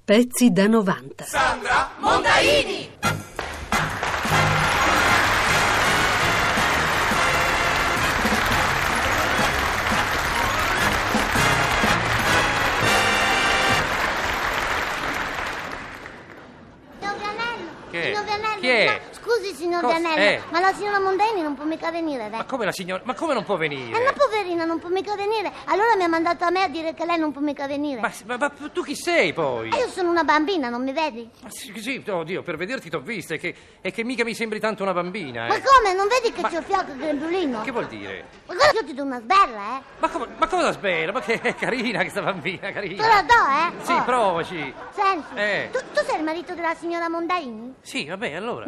Pezzi da 90. Sandra Mondaini! Signor Vianello, Chi è? Scusi, signor Vianello, ma la signora Mondaini non può mica venire, Ma come la signora? Ma come non può venire? la poverina non può mica venire. Allora mi ha mandato a me a dire che lei non può mica venire. Ma tu chi sei poi? Io sono una bambina, non mi vedi? Ma sì, oddio, per vederti t'ho vista e che mica mi sembri tanto una bambina, Ma come? Non vedi che c'ho il fiocco grembiulino? Che vuol dire? Ma guarda, io ti do una sberla, eh? Ma come la sbella? Ma che è carina questa bambina, carina. Te la do, eh? Sì, Oh. provaci. Senti, tu sei il marito della signora Mondaini? Sì, vabbè, allora.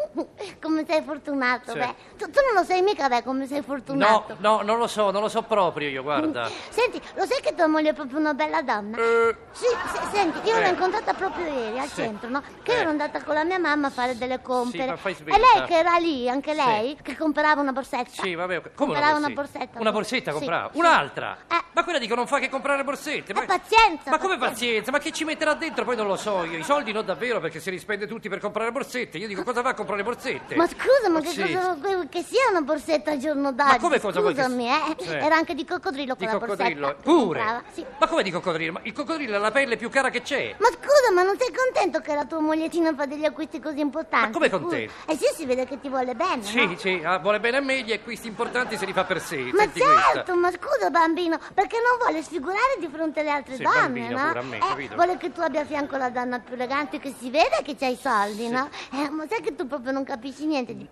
Come sei fortunato, Sì. beh. Tu non lo sai mica, beh, come sei fortunato. No, non lo so proprio io, guarda. Senti, lo sai che tua moglie è proprio una bella donna? Sì, senti, io l'ho incontrata proprio ieri al centro, no? Che io ero andata con la mia mamma a fare delle compere. Sì, ma fai E svelta. lei che era lì, anche lei, che comprava una borsetta. Sì, vabbè, come comprava una una borsetta? Una borsetta Sì, comprava? sì. Un'altra? Eh. Ma quella dico non fa che comprare borsette. Pazienza. Ma come pazienza? Ma che ci metterà dentro? Poi non lo so io. I soldi non davvero perché si li spende tutti per comprare borsette. Io dico cosa va a comprare borsette? Ma scusa, ma che Sì. cosa vuoi che sia una borsetta al giorno d'oggi? Ma come cosa vuoi che Scusami, sia? Sì. Era anche di coccodrillo Di quella coccodrillo? borsetta. Pure? Comprava, sì. Ma come di coccodrillo? Ma il coccodrillo è la pelle più cara che c'è. Ma scusa, ma non sei contento che la tua mogliettina fa degli acquisti così importanti? Ma come Scusa. contento? Eh sì, si vede che ti vuole bene, Sì, no? sì, vuole bene a me, gli acquisti importanti se li fa per sé. Ma Senti certo, questa. ma scusa bambino, perché non vuole sfigurare di fronte alle altre Sì, donne, bambino, no? pure a me, capito? Vuole che tu abbia a fianco la donna più elegante, che si vede che c'hai i soldi, no? Ma sai che tu proprio non capisci niente di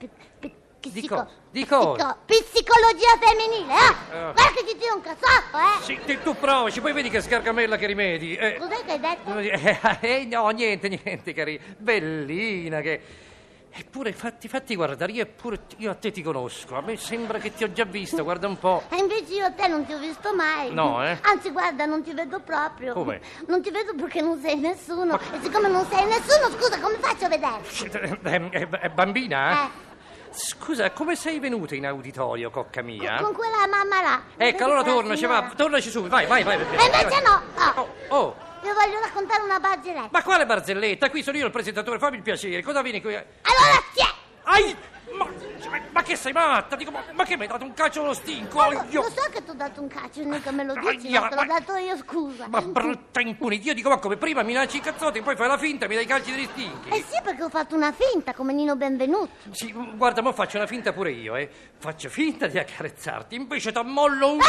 Di cosa? psicologia femminile, Guarda che ti tiro un cazzotto, Sì, tu provaci, poi vedi che sgargamella che rimedi. Cos'è che hai detto? No, niente, carina. Bellina che... Eppure, fatti guardare, io a te ti conosco. A me sembra che ti ho già vista, guarda un po'. E invece io a te non ti ho visto mai. No, eh? Anzi, guarda, non ti vedo proprio. Come? Non ti vedo perché non sei nessuno. E siccome non sei nessuno, scusa, come faccio a vederti? È bambina? Eh. Scusa, come sei venuta in auditorio, cocca mia? Con quella mamma là. Ecco, allora Quella tornaci, signora. tornaci subito, vai. E invece no. Oh. Io voglio raccontare una barzelletta. Ma quale barzelletta? Qui sono io il presentatore, fammi il piacere. Cosa vieni qui? Allora, chi è? Ai! Ma che sei matta? Dico, ma che mi hai dato un calcio allo stinco? Io... Lo so che ti ho dato un calcio, mica me lo dici, Aia, ma te l'ho ma- dato io, scusa. Ma brutta impunita, io dico, ma come prima mi lanci i cazzotti e poi fai la finta e mi dai i calci degli stinchi? Eh sì, perché ho fatto una finta, come Nino Benvenuto. Sì, guarda, mo faccio una finta pure io, Faccio finta di accarezzarti, invece t'ammollo un...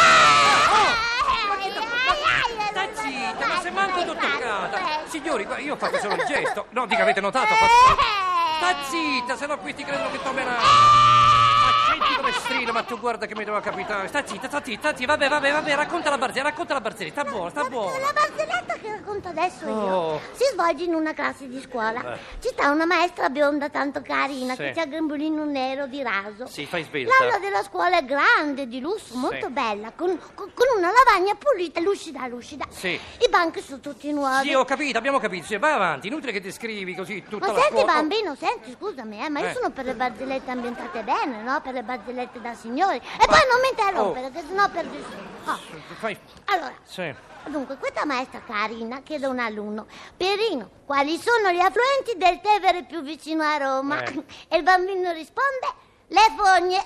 Stai zitta, ma se manco t'ho toccata. Signori, io ho fatto solo il gesto. No, dica, avete notato? Sta zitta, se no questi credono che t'ho menato. Ma senti come strillo, ma tu guarda che mi doveva capitare. Sta zitta, vabbè, racconta la barzelletta, sta buona. La barzelletta che racconto adesso Oh. io si svolge in una classe di scuola. Ci sta una maestra bionda tanto carina Sì. che c'ha il grembolino nero di raso. Sì, fai svelta. L'aula della scuola è grande, di lusso, molto bella, con una lavagna pulita, lucida. Sì. I banchi sono tutti nuovi. Sì, ho capito, abbiamo capito. Sì, vai avanti, inutile che descrivi così tutta Ma la senti scuola. bambino, senti, scusami, ma io Eh. sono per le barzellette ambientate bene, no? Per le barzellette da signori. E poi non mi interrompere, che sennò perdi il sonno. Fai... Allora, Sì. dunque, questa maestra carina chiede a un alunno: Pierino, quali sono gli affluenti del Tevere più vicino a Roma? E il bambino risponde: le fogne.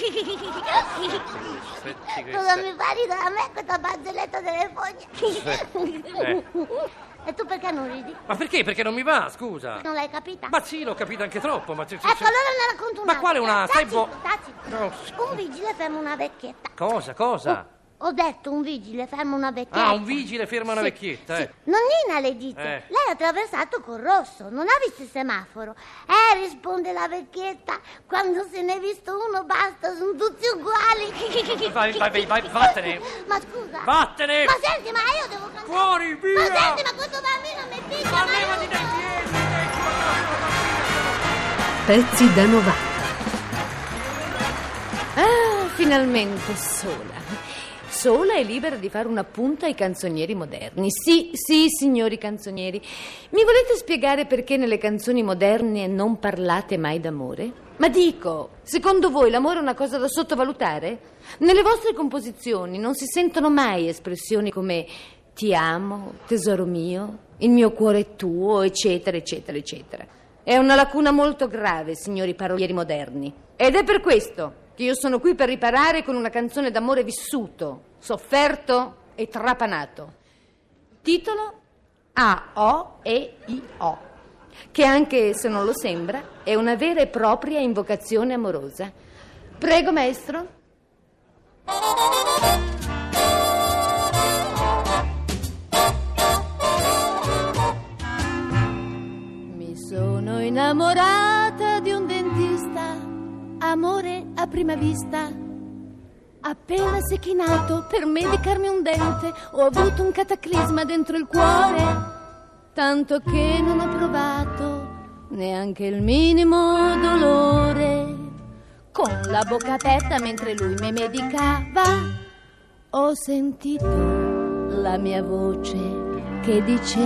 Cosa mi fa ridere a me questa barzelletta delle fogne? E tu perché non ridi? Ma perché? Perché non mi va, scusa. Non l'hai capita? Ma sì, l'ho capito anche troppo, ma... Ecco, allora ne racconto una. Ma quale una? Stai Tacito, buono. tacito. No. Un vigile ferma una vecchietta. Cosa? Ho detto un vigile ferma una vecchietta. Ah, un vigile ferma una vecchietta, Sì. Nonnina le dice, lei ha attraversato col rosso, non ha visto il semaforo. Risponde la vecchietta, quando se ne è visto uno basta, sono tutti uguali. Vai, vattene. Ma scusa. Vattene. Ma senti, ma io devo cantare. Fuori, via. Ma senti, ma questo bambino mi picchia. Ma ma levati dai piedi. Pezzi da 90. Finalmente sola e libera di fare una punta ai canzonieri moderni. Sì, signori canzonieri, mi volete spiegare perché nelle canzoni moderne non parlate mai d'amore? Ma dico, secondo voi l'amore è una cosa da sottovalutare? Nelle vostre composizioni non si sentono mai espressioni come ti amo, tesoro mio, il mio cuore è tuo, eccetera, eccetera, eccetera. È una lacuna molto grave, signori parolieri moderni. Ed è per questo che io sono qui per riparare con una canzone d'amore vissuto, sofferto e trapanato. Titolo A-O-E-I-O, che anche se non lo sembra è una vera e propria invocazione amorosa. Prego, maestro. Mi sono innamorata di un dentista, amore a prima vista. Appena si è chinato per medicarmi un dente, ho avuto un cataclisma dentro il cuore, tanto che non ho provato neanche il minimo dolore. Con la bocca aperta mentre lui mi medicava, ho sentito la mia voce che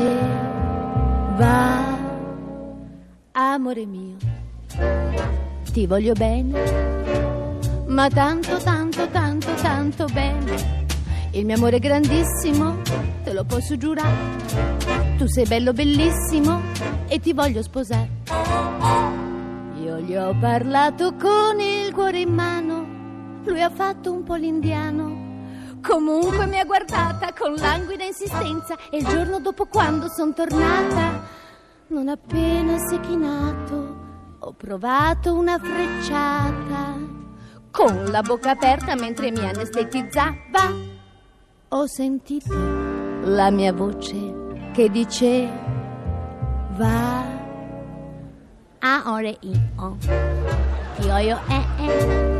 diceva: amore mio, ti voglio bene, ma tanto, tanto, tanto, tanto bene. Il mio amore è grandissimo, te lo posso giurare. Tu sei bello, bellissimo e ti voglio sposare. Io gli ho parlato con il cuore in mano, lui ha fatto un po' l'indiano. Comunque mi ha guardata con languida insistenza e il giorno dopo, quando son tornata, non appena si è chinato, ho provato una frecciata. Con la bocca aperta mentre mi anestetizzava, ho sentito la mia voce che diceva: A-O-R-I-O, I-O-I-O-E-E,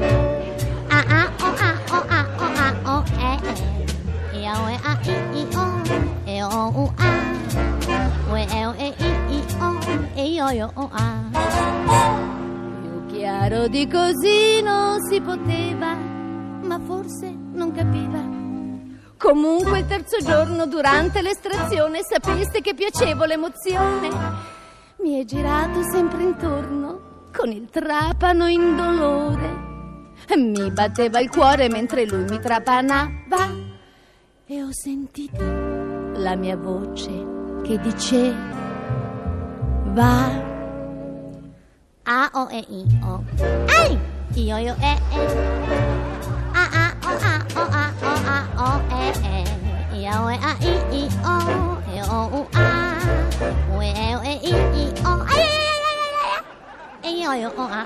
A-A-O-A-O-A-O-A-O-E-E, I-O-E-A-I-I-O, E-O-U-A, U-E-O-E-I-I-O, E-I-O-I-O-A. Più chiaro di così non si poteva, ma forse non capiva. Comunque il terzo giorno, durante l'estrazione, sapeste che piacevole emozione. Mi è girato sempre intorno con il trapano indolore. Mi batteva il cuore mentre lui mi trapanava e ho sentito la mia voce che diceva: A-O-E-I-O, ai, I-O-I-O-E-E, A-A-O-A-O-A-O-A-O-E-E, I-O-E-A-I-I-O, E-O-U-A, U-E-O-E-I-I-O, E-I-O-I-O-A.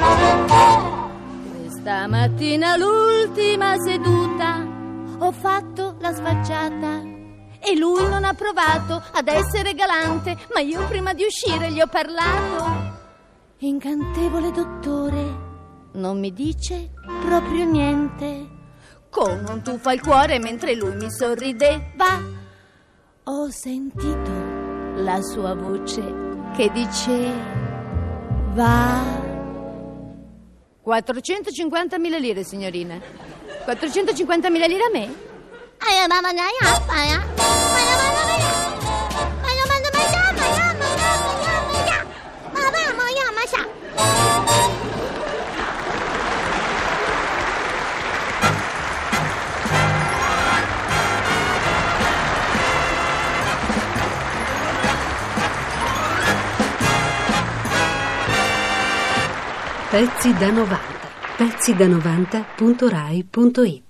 Questa mattina, l'ultima seduta, ho fatto la sfacciata e lui non ha provato ad essere galante, ma io prima di uscire gli ho parlato. Incantevole dottore, non mi dice proprio niente. Con un tuffo al cuore mentre lui mi sorrideva, ho sentito la sua voce che diceva: 450.000 lire, signorina. 450.000 lire a me? Pezzi da 90. Pezzi da 90.rai.it